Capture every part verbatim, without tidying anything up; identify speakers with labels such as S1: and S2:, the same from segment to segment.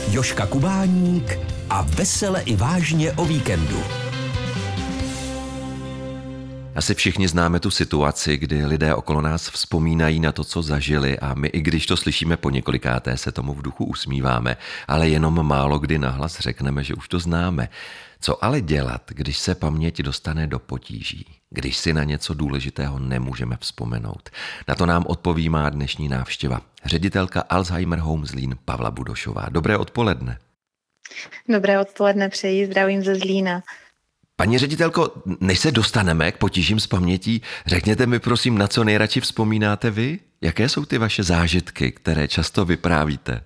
S1: Jožka Kubáník a vesele i vážně o víkendu.
S2: Asi všichni známe tu situaci, kdy lidé okolo nás vzpomínají na to, co zažili a my, i když to slyšíme po několikáté, se tomu v duchu usmíváme, ale jenom málo kdy nahlas řekneme, že už to známe. Co ale dělat, když se paměť dostane do potíží, když si na něco důležitého nemůžeme vzpomenout? Na to nám odpoví má dnešní návštěva. Ředitelka Alzheimer Home Zlín Pavla Budošová. Dobré odpoledne.
S3: Dobré odpoledne, přeji, zdravím ze Zlína.
S2: Paní ředitelko, než se dostaneme k potížím s pamětí, řekněte mi prosím, na co nejradši vzpomínáte vy? Jaké jsou ty vaše zážitky, které často vyprávíte?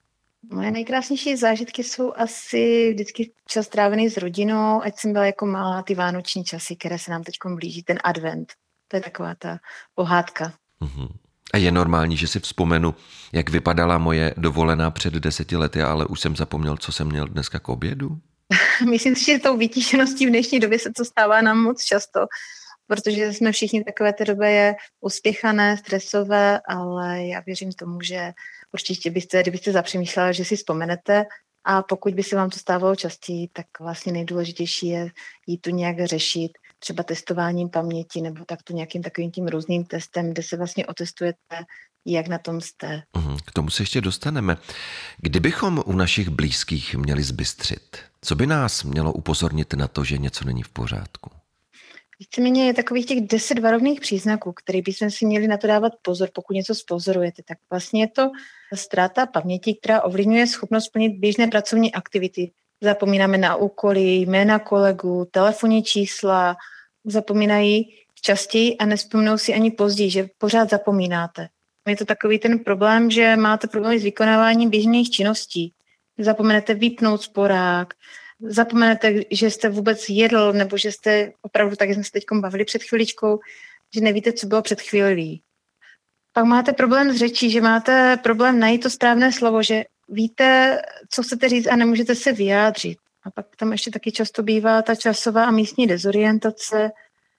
S3: Moje nejkrásnější zážitky jsou asi vždycky čas strávený s rodinou, ať jsem byla jako malá, ty vánoční časy, které se nám teď blíží, ten advent. To je taková ta pohádka.
S2: Uhum. A je normální, že si vzpomenu, jak vypadala moje dovolená před deseti lety, ale už jsem zapomněl, co jsem měl dneska k obědu?
S3: Myslím si, že tou vytížeností v dnešní době se to stává nám moc často, protože jsme všichni takové té době je uspěchané, stresové, ale já věřím tomu, že určitě byste, kdybyste zapřemýšlela, že si vzpomenete, a pokud by se vám to stávalo častěji, tak vlastně nejdůležitější je jít tu nějak řešit, třeba testováním paměti nebo takto nějakým takovým tím různým testem, kde se vlastně otestujete, jak na tom jste.
S2: K tomu se ještě dostaneme. Kdybychom u našich blízkých měli zbystřit, co by nás mělo upozornit na to, že něco není v pořádku?
S3: Víceméně je takových těch deset varovných příznaků, který bychom si měli na to dávat pozor, pokud něco spozorujete. Tak vlastně je to ztráta paměti, která ovlivňuje schopnost plnit běžné pracovní aktivity. Zapomínáme na úkoly, jména kolegů, telefonní čísla, zapomínají častěji a nevzpomnou si ani později, že pořád zapomínáte. Je to takový ten problém, že máte problémy s vykonáváním běžných činností. Zapomenete vypnout sporák, zapomenete, že jste vůbec jedl, nebo že jste opravdu, tak jak jsme se teď bavili před chviličkou, že nevíte, co bylo před chvílí. Pak máte problém s řečí, že máte problém najít to správné slovo, že víte, co chcete říct a nemůžete se vyjádřit. A pak tam ještě taky často bývá ta časová a místní dezorientace,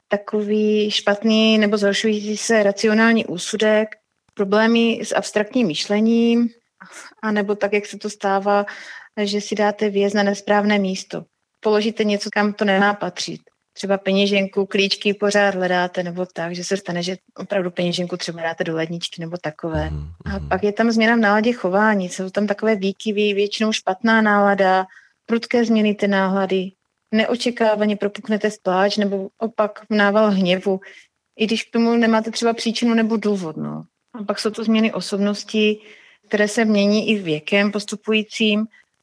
S3: takový špatný nebo zhoršující se racionální úsudek, problémy s abstraktním myšlením, anebo tak, jak se to stává, že si dáte věc na nesprávné místo. Položíte něco, kam to nemá patřit. Třeba peněženku, klíčky pořád hledáte, nebo tak, že se stane, že opravdu peněženku třeba dáte do ledničky nebo takové. A pak je tam změna v náladě chování. Jsou tam takové výkyvy, většinou špatná nálada, prudké změny té nálady, neočekávaně propuknete pláč nebo opak nával hněvu, i když k tomu nemáte třeba příčinu nebo důvod. No. A pak jsou to změny osobnosti, které se mění i věkem postupujícím,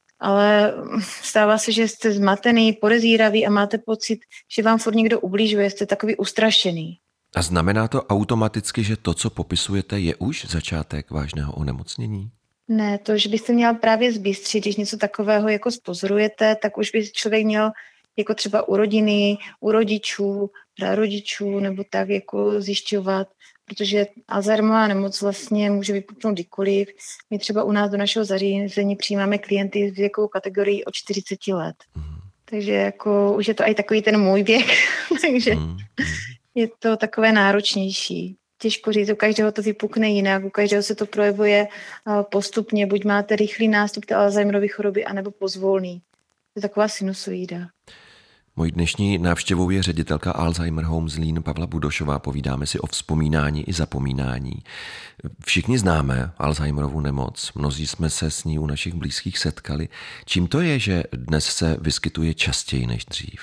S3: ale stává se, že jste zmatený, podezíravý a máte pocit, že vám furt někdo ubližuje, jste takový ustrašený.
S2: A znamená to automaticky, že to, co popisujete, je už začátek vážného onemocnění?
S3: Ne, to, že byste měl právě zbystřit, když něco takového jako spozorujete, tak už by člověk měl jako třeba u rodiny, u rodičů, prarodičů nebo tak jako zjišťovat, protože Alzheimerová nemoc vlastně může vypuknout kdykoliv. My třeba u nás do našeho zařízení přijímáme klienty s věkovou kategorii od čtyřicet let. Mm. Takže jako už je to i takový ten můj věk, takže mm. je to takové náročnější. Těžko říct, u každého to vypukne jinak, u každého se to projevuje postupně, buď máte rychlý nástup té Alzheimerovy choroby, anebo pozvolný. To je taková sinusoida.
S2: Mojí dnešní návštěvou je ředitelka Alzheimer Home Zlín Pavla Budošová. Povídáme si o vzpomínání i zapomínání. Všichni známe Alzheimerovu nemoc, mnozí jsme se s ní u našich blízkých setkali. Čím to je, že dnes se vyskytuje častěji než dřív?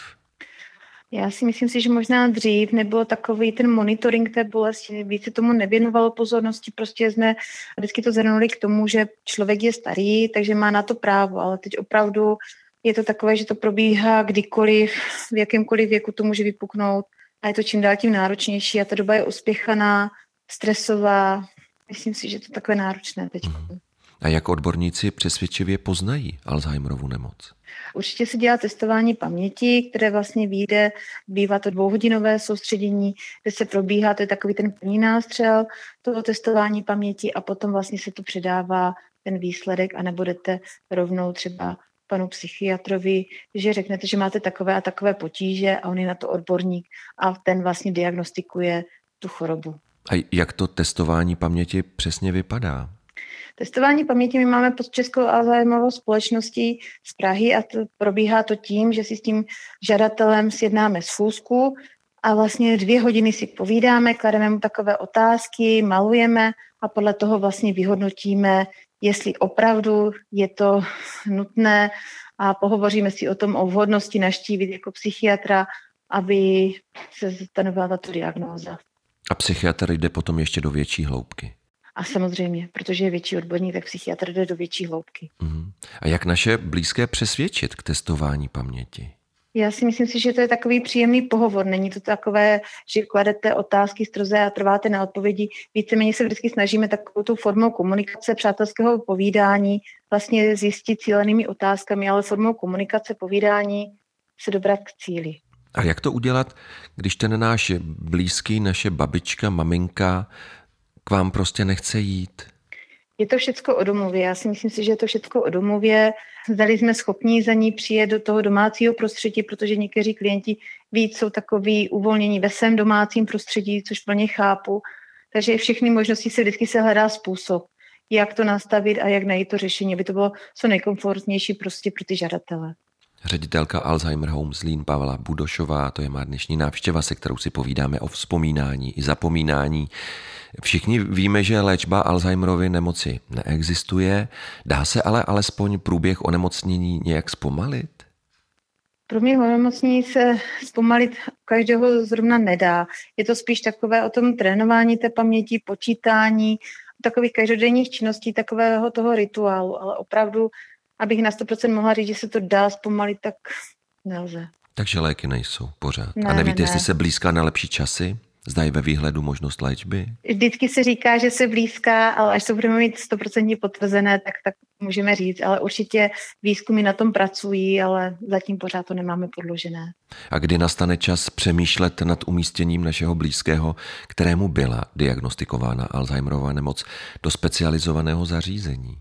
S3: Já si myslím si, že možná dřív nebylo takový ten monitoring té bolesti, víc se tomu nevěnovalo pozornosti, prostě jsme vždycky to zhrnuli k tomu, že člověk je starý, takže má na to právo, ale teď opravdu je to takové, že to probíhá kdykoliv, v jakémkoliv věku to může vypuknout a je to čím dál tím náročnější a ta doba je uspěchaná, stresová. Myslím si, že to je takové náročné teď.
S2: Mm. A jak odborníci přesvědčivě poznají Alzheimerovu nemoc?
S3: Určitě se dělá testování paměti, které vlastně vyjde, bývá to dvouhodinové soustředění, kde se probíhá, to je takový ten první nástřel toho testování paměti a potom vlastně se to předává ten výsledek a nebudete rovnou třeba panu psychiatrovi, že řeknete, že máte takové a takové potíže a on je na to odborník a ten vlastně diagnostikuje tu chorobu.
S2: A jak to testování paměti přesně vypadá?
S3: Testování paměti my máme pod Českou Alzheimerovou společností z Prahy a to, probíhá to tím, že si s tím žadatelem sjednáme schůzku a vlastně dvě hodiny si povídáme, klademe mu takové otázky, malujeme a podle toho vlastně vyhodnotíme, jestli opravdu je to nutné a pohovoříme si o tom, o vhodnosti navštívit jako psychiatra, aby se stanovila tato diagnóza.
S2: A psychiatr jde potom ještě do větší hloubky.
S3: A samozřejmě, protože je větší odborník, tak psychiatr jde do větší hloubky.
S2: Uhum. A jak naše blízké přesvědčit k testování paměti?
S3: Já si myslím si, že to je takový příjemný pohovor. Není to takové, že kladete otázky stroze a trváte na odpovědi. Víceméně se vždycky snažíme takovou tu formou komunikace, přátelského povídání, vlastně zjistit cílenými otázkami, ale formou komunikace, povídání se dobrat k cíli.
S2: A jak to udělat, když ten náš blízký, naše babička, maminka k vám prostě nechce jít?
S3: Je to všecko o domluvě. Já si myslím si, že je to všecko o domluvě. Zdali jsme schopni za ní přijet do toho domácího prostředí, protože někteří klienti víc jsou takový uvolnění ve svém domácím prostředí, což plně chápu. Takže všechny možnosti se vždycky se hledá způsob, jak to nastavit a jak najít to řešení, aby to bylo co nejkomfortnější prostě pro ty žadatele.
S2: Ředitelka Alzheimer Home Zlín Pavla Budošová, to je má dnešní návštěva, se kterou si povídáme o vzpomínání i zapomínání. Všichni víme, že léčba Alzheimerovy nemoci neexistuje, dá se ale alespoň průběh onemocnění nějak zpomalit?
S3: Průběh onemocnění se zpomalit každého zrovna nedá. Je to spíš takové o tom trénování té paměti, počítání, takových každodenních činností, takového toho rituálu, ale opravdu, abych na sto procent mohla říct, že se to dá zpomalit, tak nelze.
S2: Takže léky nejsou pořád.
S3: Ne,
S2: A nevíte,
S3: ne, ne.
S2: jestli se blízká na lepší časy? Zdají ve výhledu možnost léčby?
S3: Vždycky se říká, že se blízká, ale až to budeme mít sto procent potvrzené, tak, tak můžeme říct. Ale určitě výzkumy na tom pracují, ale zatím pořád to nemáme podložené.
S2: A kdy nastane čas přemýšlet nad umístěním našeho blízkého, kterému byla diagnostikována Alzheimerova nemoc, do specializovaného zařízení?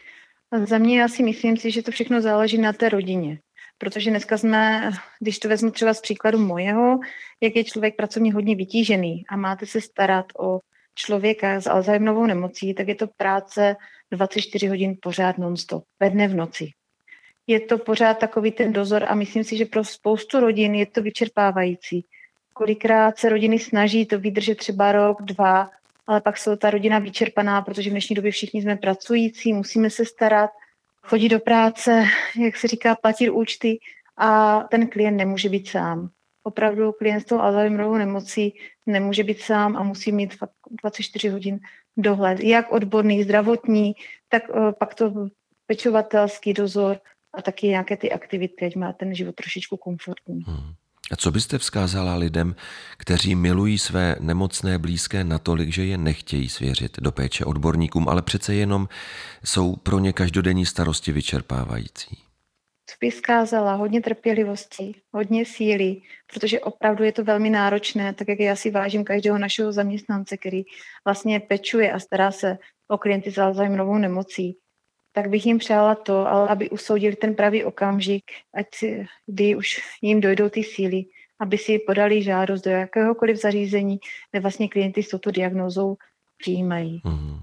S3: Za mě já si myslím si, že to všechno záleží na té rodině. Protože dneska jsme, když to vezmu třeba z příkladu mojeho, jak je člověk pracovně hodně vytížený a máte se starat o člověka s Alzheimerovou nemocí, tak je to práce dvacet čtyři hodin pořád non-stop, ve dne v noci. Je to pořád takový ten dozor a myslím si, že pro spoustu rodin je to vyčerpávající. Kolikrát se rodiny snaží to vydržet třeba rok, dva, ale pak jsou ta rodina vyčerpaná, protože v dnešní době všichni jsme pracující, musíme se starat, chodit do práce, jak se říká, platit účty a ten klient nemůže být sám. Opravdu klient s tou Alzheimerovou nemocí nemůže být sám a musí mít fakt dvacet čtyři hodin dohled. Jak odborný, zdravotní, tak uh, pak to pečovatelský dozor a taky nějaké ty aktivity, ať má ten život trošičku komfortní.
S2: Hmm. A co byste vzkázala lidem, kteří milují své nemocné blízké natolik, že je nechtějí svěřit do péče odborníkům, ale přece jenom jsou pro ně každodenní starosti vyčerpávající?
S3: Co bych vzkázala? Hodně trpělivosti, hodně síly, protože opravdu je to velmi náročné, tak jak já si vážím každého našeho zaměstnance, který vlastně pečuje a stará se o klienty s Alzheimerovou nemocí, tak bych jim přála to, ale aby usoudili ten pravý okamžik, ať si, kdy už jim dojdou ty síly, aby si podali žádost do jakéhokoliv zařízení, kde vlastně klienty s touto diagnózou přijímají.
S2: Hmm.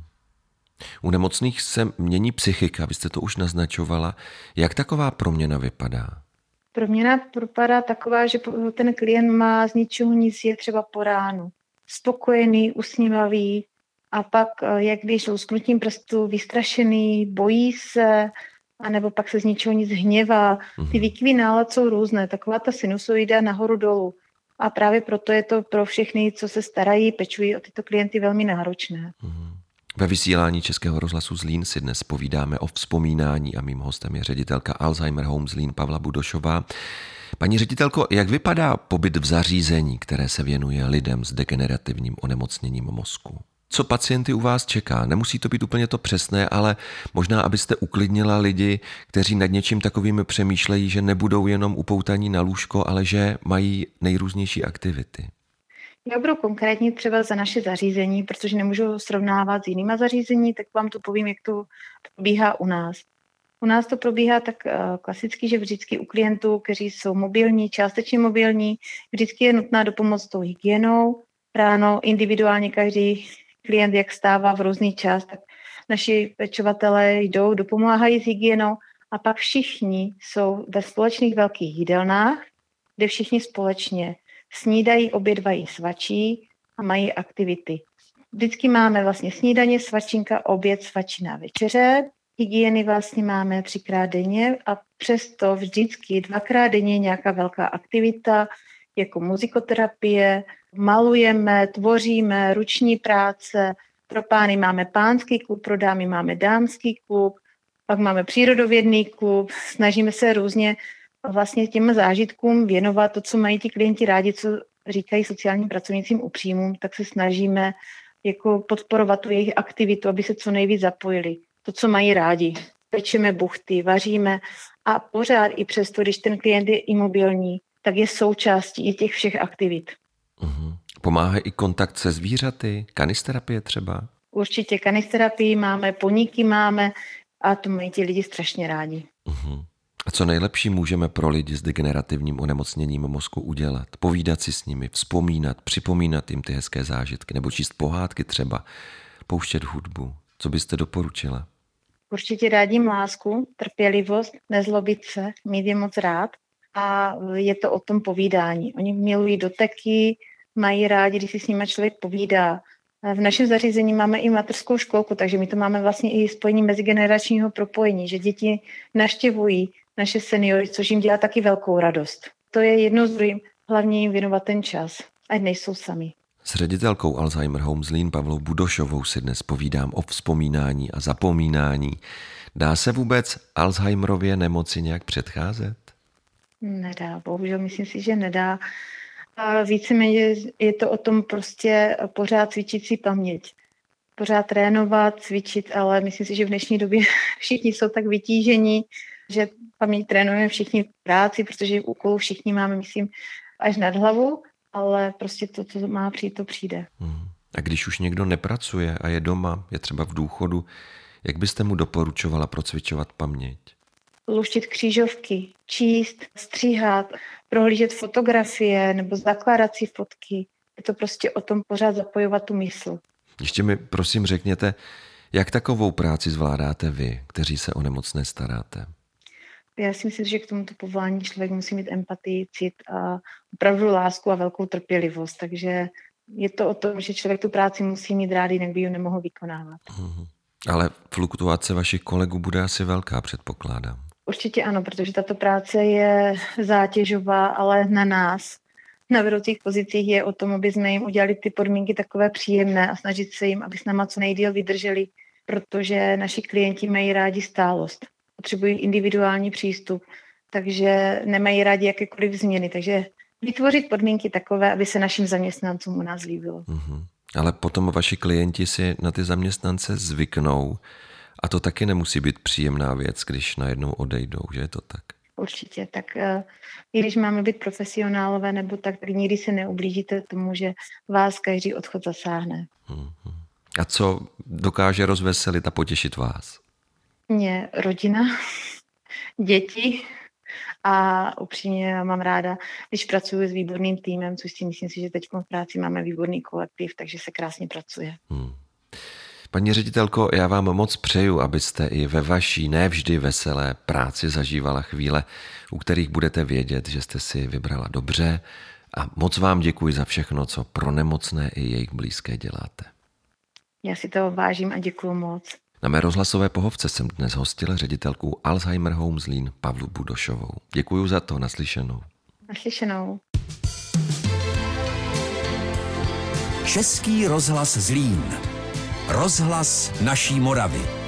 S2: U nemocných se mění psychika, vy jste to už naznačovala. Jak taková proměna vypadá?
S3: Proměna vypadá taková, že ten klient má z ničeho nic, je třeba po ránu. Spokojený, usmívavý a pak, jak když lusknutím prstu, vystrašený, bojí se, anebo pak se z ničeho nic hněvá. Ty výkyvy nálad jsou různé, taková ta sinusoida nahoru dolů. A právě proto je to pro všechny, co se starají, pečují o tyto klienty, velmi náročné.
S2: Hmm. Ve vysílání Českého rozhlasu Zlín si dnes povídáme o vzpomínání a mým hostem je ředitelka Alzheimer Home Zlín Pavla Budošová. Paní ředitelko, jak vypadá pobyt v zařízení, které se věnuje lidem s degenerativním onemocněním mozku? Co pacienty u vás čeká? Nemusí to být úplně to přesné, ale možná, abyste uklidnila lidi, kteří nad něčím takovým přemýšlejí, že nebudou jenom upoutaní na lůžko, ale že mají nejrůznější aktivity.
S3: Já budu konkrétní třeba za naše zařízení, protože nemůžu srovnávat s jinýma zařízení, tak vám to povím, jak to probíhá u nás. U nás to probíhá tak klasicky, že vždycky u klientů, kteří jsou mobilní, částečně mobilní, vždycky je nutná dopomoc s tou hygienou. Ráno individuálně každý klient, jak stává v různý čas, tak naši pečovatelé jdou, dopomáhají s hygienou a pak všichni jsou ve společných velkých jídelnách, kde všichni společně snídají, obědvají, svačí a mají aktivity. Vždycky máme vlastně snídaně, svačinka, oběd, svačina, večeře. Hygieny vlastně máme třikrát denně a přesto vždycky dvakrát denně nějaká velká aktivita, jako muzikoterapie, malujeme, tvoříme, ruční práce. Pro pány máme pánský klub, pro dámy máme dámský klub, pak máme přírodovědný klub. Snažíme se různě vlastně těm zážitkům věnovat to, co mají ti klienti rádi, co říkají sociálním pracovnicím upřímům, tak se snažíme jako podporovat tu jejich aktivitu, aby se co nejvíc zapojili. To, co mají rádi. Pečeme buchty, vaříme a pořád i přesto, když ten klient je imobilní, tak je součástí i těch všech aktivit.
S2: Uhum. Pomáhá i kontakt se zvířaty, kanisterapie třeba?
S3: Určitě kanisterapii máme, poníky máme a to mají ti lidi strašně rádi.
S2: Uhum. A co nejlepší můžeme pro lidi s degenerativním onemocněním mozku udělat? Povídat si s nimi, vzpomínat, připomínat jim ty hezké zážitky nebo číst pohádky třeba, pouštět hudbu. Co byste doporučila?
S3: Určitě rádím lásku, trpělivost, nezlobit se, mít je moc rád a je to o tom povídání. Oni milují doteky, mají rádi, když si s nimi člověk povídá. V našem zařízení máme i mateřskou školku, takže my to máme vlastně i spojení mezigeneračního propojení, že děti navštěvují naše seniory, což jim dělá taky velkou radost. To je jedno z druhým, hlavně jim věnovat ten čas, ať nejsou sami.
S2: S ředitelkou Alzheimer Home Zlín Pavlou Budošovou si dnes povídám o vzpomínání a zapomínání. Dá se vůbec Alzheimerově nemoci nějak předcházet?
S3: Nedá, bohužel myslím si, že nedá. A víceméně je to o tom prostě pořád cvičit si paměť. Pořád trénovat, cvičit, ale myslím si, že v dnešní době všichni jsou tak vytížení, že paměť trénujeme všichni v práci, protože úkolů všichni máme, myslím, až nad hlavu, ale prostě to, co má přijít, to přijde.
S2: Hmm. A když už někdo nepracuje a je doma, je třeba v důchodu, jak byste mu doporučovala procvičovat paměť?
S3: Luštit křížovky, číst, stříhat, prohlížet fotografie nebo zakládací fotky. Je to prostě o tom pořád zapojovat tu mysl.
S2: Ještě mi prosím řekněte, jak takovou práci zvládáte vy, kteří se o nemocné staráte?
S3: Já si myslím, že k tomuto povolání člověk musí mít empatii, cit a opravdu lásku a velkou trpělivost. Takže je to o tom, že člověk tu práci musí mít rád, jinak by ji nemohl vykonávat.
S2: Hmm. Ale fluktuace vašich kolegů bude asi velká, předpokládám.
S3: Určitě ano, protože tato práce je zátěžová, ale na nás, na vedoucích pozicích je o tom, aby jsme jim udělali ty podmínky takové příjemné a snažit se jim, aby s náma co nejdýl vydrželi, protože naši klienti mají rádi stálost. Potřebují individuální přístup, takže nemají rádi jakékoliv změny. Takže vytvořit podmínky takové, aby se našim zaměstnancům u nás líbilo.
S2: Mm-hmm. Ale potom vaši klienti si na ty zaměstnance zvyknou a to taky nemusí být příjemná věc, když najednou odejdou, že je to tak?
S3: Určitě, tak uh, i když máme být profesionálové nebo tak, tak nikdy se neublížíte tomu, že vás každý odchod zasáhne.
S2: Mm-hmm. A co dokáže rozveselit a potěšit vás?
S3: Mě rodina, děti a upřímně mám ráda, když pracuji s výborným týmem, což si myslím si, že teď v práci máme výborný kolektiv, takže se krásně pracuje. Hmm.
S2: Paní ředitelko, já vám moc přeju, abyste i ve vaší nevždy veselé práci zažívala chvíle, u kterých budete vědět, že jste si vybrala dobře a moc vám děkuji za všechno, co pro nemocné i jejich blízké děláte.
S3: Já si toho vážím a děkuji moc.
S2: Na mé rozhlasové pohovce jsem dnes hostila ředitelku Alzheimer Home Zlín Pavlu Budošovou. Děkuji za to, naslyšenou.
S3: Naslyšenou.
S1: Český rozhlas Zlín. Rozhlas naší Moravy.